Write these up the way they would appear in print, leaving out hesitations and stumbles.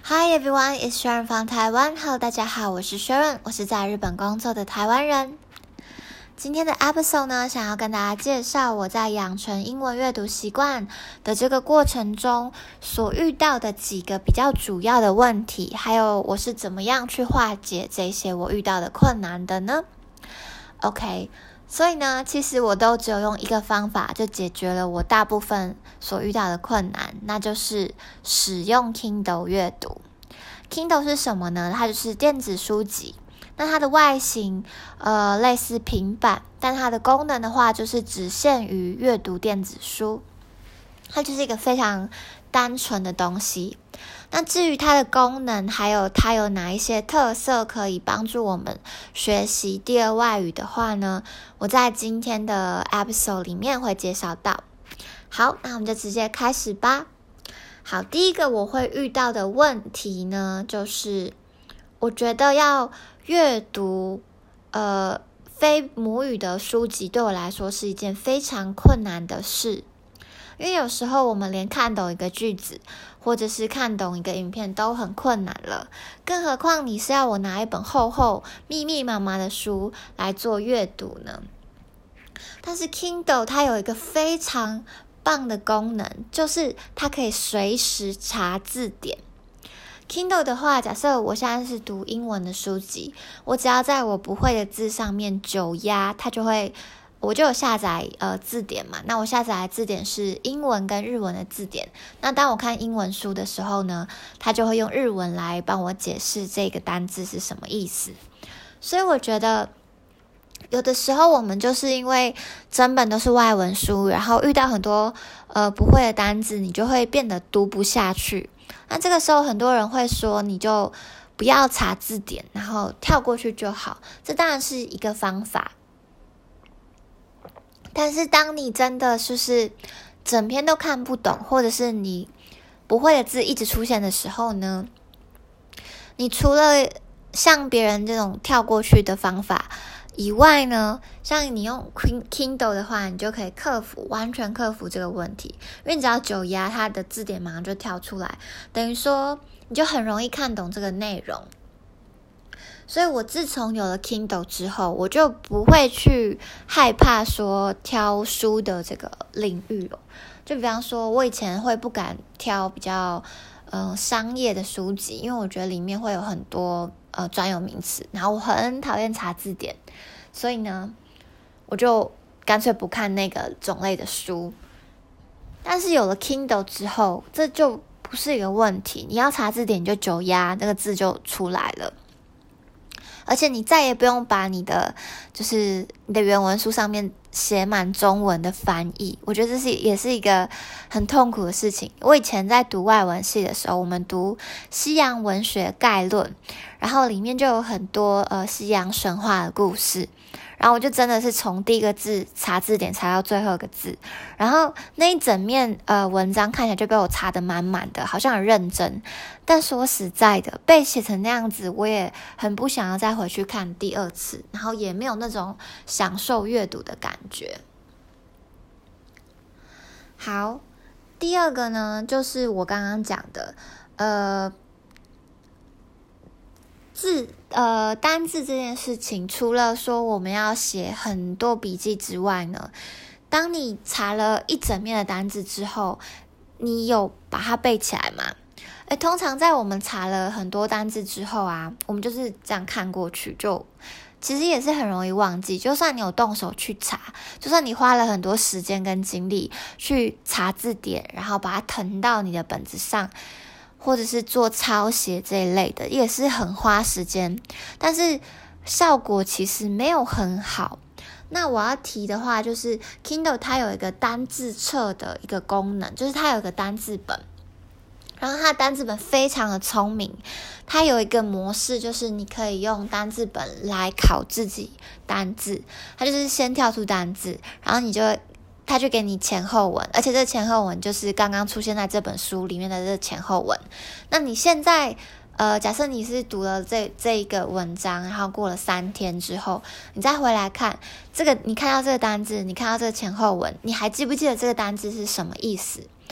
Hi everyone, it's Sharon from Taiwan. Hello, 大家好，我是 Sharon， 我是在日本工作的台湾人。今天的 episode 呢，想要跟大家介绍我在养成英文阅读习惯的这个过程中所遇到的几个比较主要的问题，还有我是怎么样去化解这些我遇到的困难的呢？ OK， 所以呢，其实我都只有用一个方法就解决了我大部分所遇到的困难，那就是使用 Kindle 阅读。Kindle 是什么呢？它就是电子书籍。那它的外形类似平板，但它的功能的话就是只限于阅读电子书。它就是一个非常单纯的东西。那至于它的功能，还有它有哪一些特色可以帮助我们学习第二外语的话呢，我在今天的 episode 里面会介绍到。好，那我们就直接开始吧。好，第一个我会遇到的问题呢，就是我觉得要阅读非母语的书籍对我来说是一件非常困难的事，因为有时候我们连看懂一个句子或者是看懂一个影片都很困难了，更何况你是要我拿一本厚厚密密麻麻的书来做阅读呢？但是 Kindle 它有一个非常棒的功能，就是它可以随时查字典。Kindle 的话，假设我现在是读英文的书籍，我只要在我不会的字上面9压，我就有下载字典嘛。那我下载的字典是英文跟日文的字典。那当我看英文书的时候呢，它就会用日文来帮我解释这个单字是什么意思。所以我觉得有的时候我们就是因为整本都是外文书，然后遇到很多不会的单字，你就会变得读不下去。那这个时候很多人会说，你就不要查字典，然后跳过去就好。这当然是一个方法。但是当你真的就是整篇都看不懂，或者是你不会的字一直出现的时候呢，你除了像别人这种跳过去的方法以外呢，像你用 Kindle 的话，你就可以完全克服这个问题，因为你只要9压，它的字典马上就跳出来，等于说你就很容易看懂这个内容。所以我自从有了 Kindle 之后，我就不会去害怕说挑书的这个领域了。就比方说，我以前会不敢挑比较商业的书籍，因为我觉得里面会有很多专有名词，然后我很讨厌查字典，所以呢，我就干脆不看那个种类的书。但是有了 Kindle 之后，这就不是一个问题，你要查字典你就9压，那个字就出来了。而且你再也不用把你的原文书上面写满中文的翻译，我觉得也是一个很痛苦的事情。我以前在读外文系的时候，我们读西洋文学概论，然后里面就有很多西洋神话的故事，然后我就真的是从第一个字查字典查到最后一个字，然后那一整面文章看起来就被我查得满满的，好像很认真。但说实在的，被写成那样子，我也很不想要再回去看第二次，然后也没有那种享受阅读的感觉。好，第二个呢，就是我刚刚讲的单字这件事情，除了说我们要写很多笔记之外呢，当你查了一整面的单字之后，你有把它背起来吗？通常在我们查了很多单字之后啊，我们就是这样看过去，就其实也是很容易忘记。就算你有动手去查，就算你花了很多时间跟精力去查字典，然后把它誊到你的本子上，或者是做抄写这一类的，也是很花时间，但是效果其实没有很好。那我要提的话，就是 Kindle 它有一个单字册的一个功能，就是它有一个单字本，然后它的单字本非常的聪明，它有一个模式，就是你可以用单字本来考自己单字，它就是先跳出单字，然后它就给你前后文，而且这前后文就是刚刚出现在这本书里面的这前后文。那你现在假设你是读了这一个文章，然后过了3天之后，你再回来看这个，你看到这个单字，你看到这个前后文，你还记不记得这个单字是什么意思？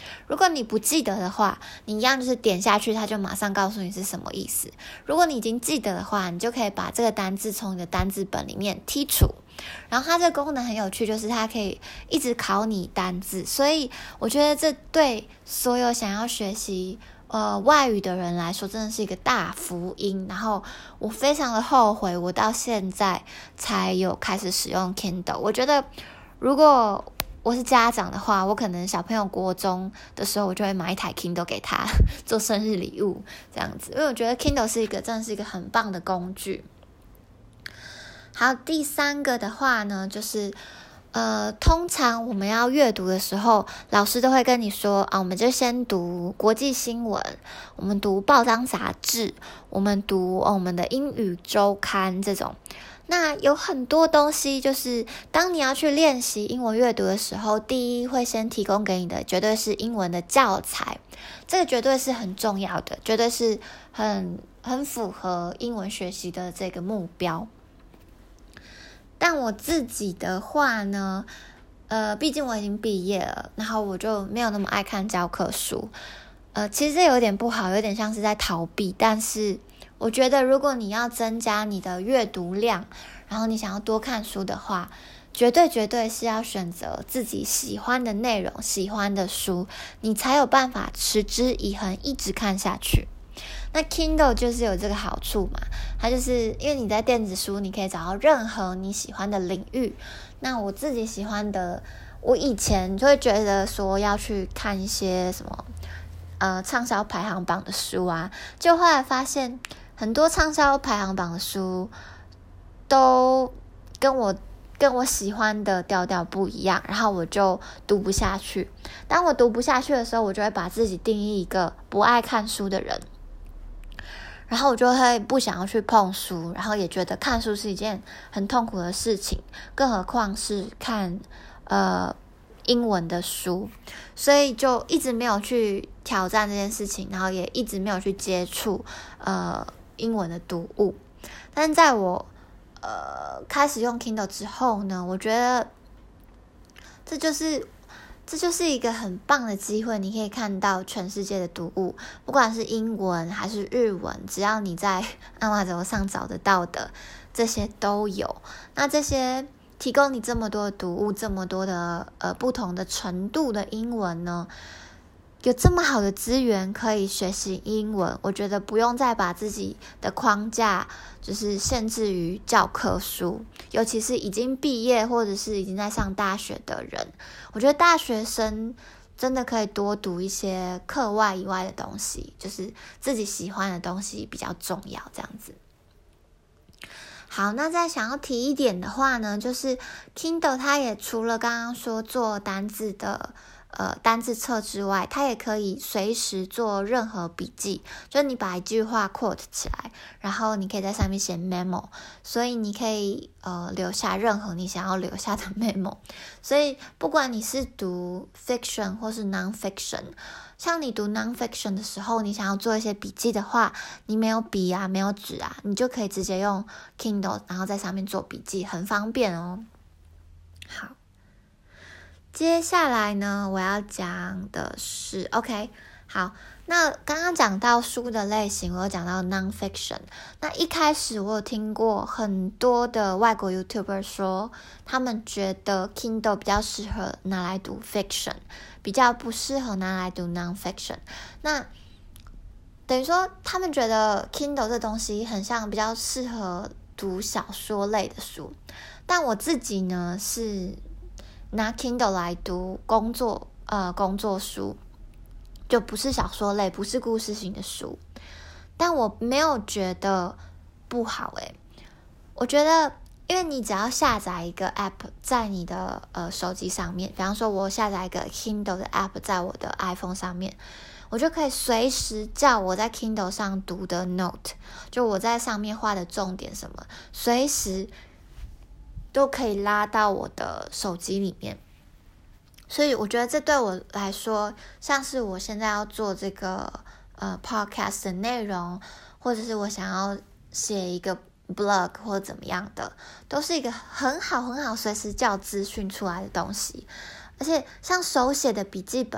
如果你不记得的话，你一样就是点下去，它就马上告诉你是什么意思。如果你已经记得的话，你就可以把这个单字从你的单字本里面剔除。然后它这个功能很有趣，就是它可以一直考你单字，所以我觉得这对所有想要学习外语的人来说真的是一个大福音。然后我非常的后悔我到现在才有开始使用 Kindle。 我觉得如果我是家长的话，我可能小朋友国中的时候我就会买一台 Kindle 给他做生日礼物这样子，因为我觉得 Kindle 真的是一个很棒的工具。好，第三个的话呢，就是通常我们要阅读的时候，老师都会跟你说我们就先读国际新闻，我们读报章杂志，我们读我们的英语周刊这种。那有很多东西，就是当你要去练习英文阅读的时候，第一会先提供给你的绝对是英文的教材，这个绝对是很重要的，绝对是很符合英文学习的这个目标。但我自己的话呢，毕竟我已经毕业了，然后我就没有那么爱看教科书。其实这有点不好，有点像是在逃避。但是我觉得，如果你要增加你的阅读量，然后你想要多看书的话，绝对是要选择自己喜欢的内容、喜欢的书，你才有办法持之以恒，一直看下去。那 Kindle 就是有这个好处嘛，它就是因为你在电子书，你可以找到任何你喜欢的领域。那我自己喜欢的，我以前就会觉得说要去看一些什么畅销排行榜的书啊，就后来发现很多畅销排行榜的书都跟我喜欢的调调不一样，然后我就读不下去。当我读不下去的时候，我就会把自己定义一个不爱看书的人，然后我就会不想要去碰书，然后也觉得看书是一件很痛苦的事情，更何况是看英文的书，所以就一直没有去挑战这件事情，然后也一直没有去接触英文的读物。但是在我开始用 Kindle 之后呢，我觉得这就是一个很棒的机会，你可以看到全世界的读物，不管是英文还是日文，只要你在Amazon上找得到的，这些都有。那这些提供你这么多的读物，这么多的不同的程度的英文呢，有这么好的资源可以学习英文，我觉得不用再把自己的框架就是限制于教科书，尤其是已经毕业或者是已经在上大学的人，我觉得大学生真的可以多读一些课外以外的东西，就是自己喜欢的东西比较重要这样子。好，那再想要提一点的话呢，就是 Kindle 它也除了刚刚说做单字的单字册之外，它也可以随时做任何笔记，就你把一句话 quote 起来，然后你可以在上面写 memo， 所以你可以留下任何你想要留下的 memo。 所以不管你是读 fiction 或是 non-fiction， 像你读 non-fiction 的时候，你想要做一些笔记的话，你没有笔啊，没有纸啊，你就可以直接用 Kindle， 然后在上面做笔记，很方便哦。好，接下来呢，我要讲的是 OK， 好，那刚刚讲到书的类型，我有讲到 non-fiction。那一开始我有听过很多的外国 YouTuber 说，他们觉得 Kindle 比较适合拿来读 fiction， 比较不适合拿来读 non-fiction。那等于说，他们觉得 Kindle 这东西很像比较适合读小说类的书，但我自己呢是拿 Kindle 来读工作书，就不是小说类，不是故事型的书，但我没有觉得不好我觉得因为你只要下载一个 app 在你的手机上面，比方说我下载一个 Kindle 的 app 在我的 iPhone 上面，我就可以随时叫我在 Kindle 上读的 note， 就我在上面画的重点什么，随时都可以拉到我的手机里面。所以我觉得这对我来说，像是我现在要做这个podcast 的内容，或者是我想要写一个 blog 或者怎么样的，都是一个很好随时叫资讯出来的东西。而且像手写的笔记本，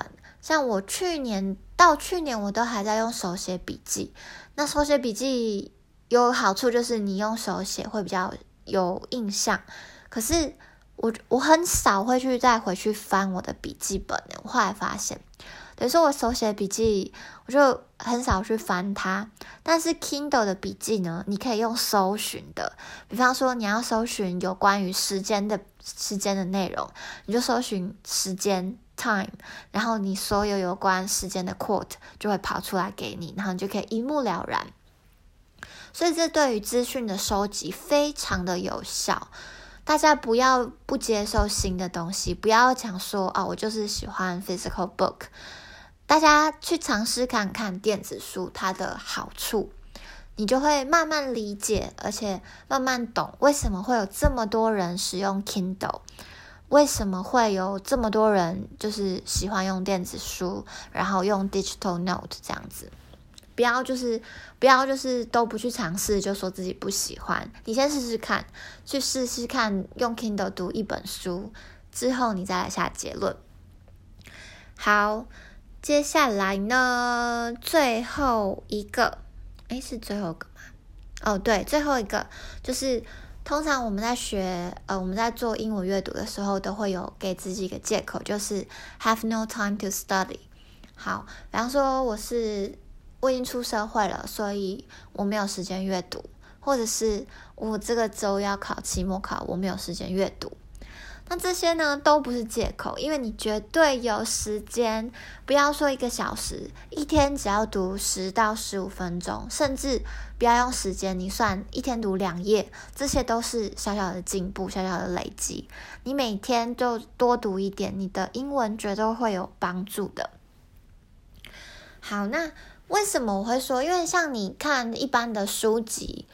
像我到去年我都还在用手写笔记。那手写笔记有好处就是你用手写会比较有印象，可是我很少会再回去翻我的笔记本，我后来发现等于说我手写笔记我就很少去翻它。但是 Kindle 的笔记呢，你可以用搜寻的，比方说你要搜寻有关于时间的内容，你就搜寻时间 time， 然后你所有关时间的 quote 就会跑出来给你，然后你就可以一目了然。所以这对于资讯的收集非常的有效。大家不要不接受新的东西，不要讲说我就是喜欢 physical book。大家去尝试看看电子书它的好处，你就会慢慢理解，而且慢慢懂为什么会有这么多人使用 Kindle， 为什么会有这么多人就是喜欢用电子书，然后用 digital note 这样子。不要就是都不去尝试就说自己不喜欢，你先试试看，去试试看用 Kindle 读一本书之后你再来下结论。好，接下来呢，最后一个是最后一个吗？对，最后一个就是通常我们在做英文阅读的时候都会有给自己一个借口，就是 have no time to study。 好，比方说我已经出社会了，所以我没有时间阅读，或者是我这个周要考期末考，我没有时间阅读。那这些呢都不是借口，因为你绝对有时间，不要说1个小时，一天只要读10到15分钟，甚至不要用时间，你算一天读2页，这些都是小小的进步，小小的累积。你每天就多读一点，你的英文绝对会有帮助的。好，那为什么我会说？因为像你看一般的书籍，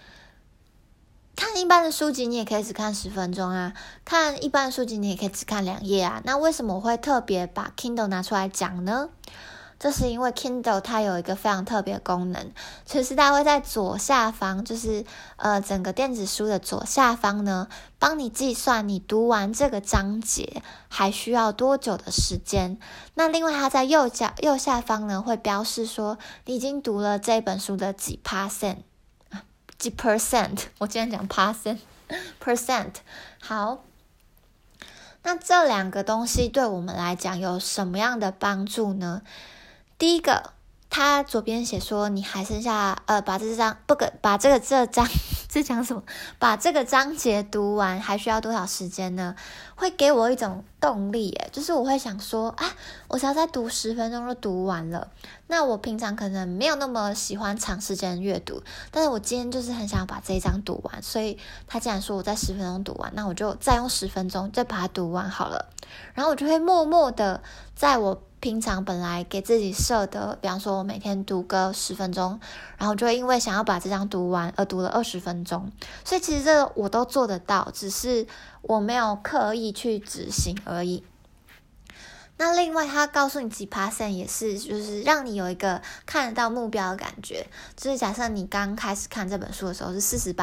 你也可以只看10分钟啊，看一般的书籍你也可以只看2页啊。那为什么我会特别把 Kindle 拿出来讲呢？这是因为 Kindle 它有一个非常特别的功能，就是它会在左下方，就是整个电子书的左下方呢，帮你计算你读完这个章节还需要多久的时间。那另外它在右下方呢，会标示说你已经读了这本书的几 percent， 我今天讲 percent。 好，那这2个东西对我们来讲有什么样的帮助呢？第一个，它左边写说你还剩下把这个章节读完还需要多少时间呢？会给我一种动力耶，就是我会想说我只要再读10分钟就读完了。那我平常可能没有那么喜欢长时间阅读，但是我今天就是很想把这一章读完，所以他既然说我在10分钟读完，那我就再用10分钟再把它读完好了。然后我就会默默的在我平常本来给自己设的，比方说我每天读个10分钟，然后就会因为想要把这章读完而读了20分钟。所以其实这个我都做得到，只是我没有刻意去执行而已。那另外他告诉你几 percent 也是，就是让你有一个看得到目标的感觉。就是假设你刚开始看这本书的时候是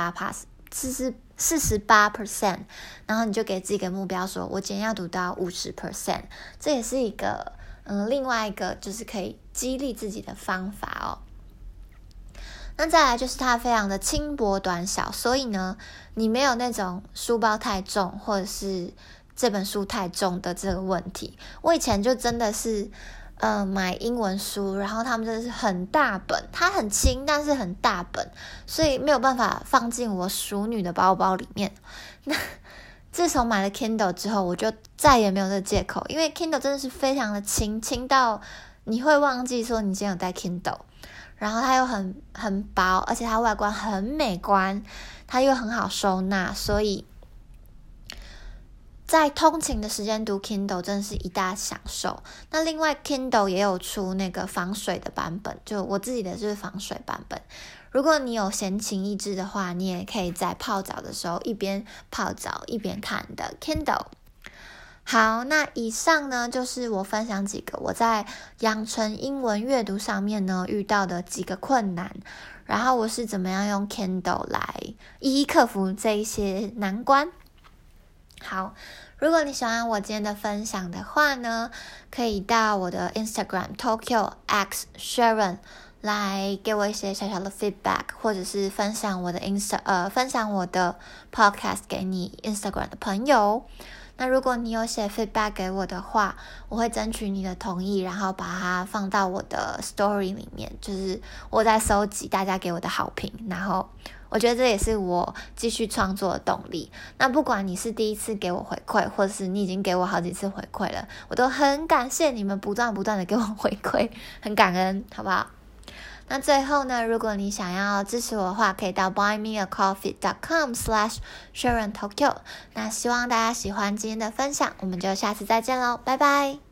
48%，然后你就给自己一个目标说我今天要读到50%，这也是一个另外一个就是可以激励自己的方法哦。那再来就是它非常的轻薄短小，所以呢你没有那种书包太重或者是这本书太重的这个问题。我以前就真的是买英文书，然后他们真的是很大本，它很轻但是很大本，所以没有办法放进我淑女的包包里面。那自从买了 Kindle 之后，我就再也没有这个借口，因为 Kindle 真的是非常的轻到你会忘记说你今天有带 Kindle， 然后它又很薄，而且它外观很美观，它又很好收纳，所以在通勤的时间读 Kindle 真的是一大享受。那另外 Kindle 也有出那个防水的版本，就我自己的就是防水版本。如果你有闲情逸致的话，你也可以在泡澡的时候一边泡澡一边看的 Kindle。 好，那以上呢就是我分享几个我在养成英文阅读上面呢遇到的几个困难，然后我是怎么样用 Kindle 来一一克服这一些难关。好， 如果你喜欢我今天的分享的话呢，可以到我的 Instagram Tokyo X Sharon 来给我一些小小的 feedback， 或者是分享我的分享我的 podcast 给你 Instagram 的朋友。那如果你有写 feedback 给我的话，我会争取你的同意，然后把它放到我的 story 里面，就是我在收集大家给我的好评，然后我觉得这也是我继续创作的动力。那不管你是第一次给我回馈，或者是你已经给我好几次回馈了，我都很感谢你们不断的给我回馈，很感恩，好不好？那最后呢，如果你想要支持我的话，可以到 buymeacoffee.com/SharonTokyo。那希望大家喜欢今天的分享，我们就下次再见喽，拜拜。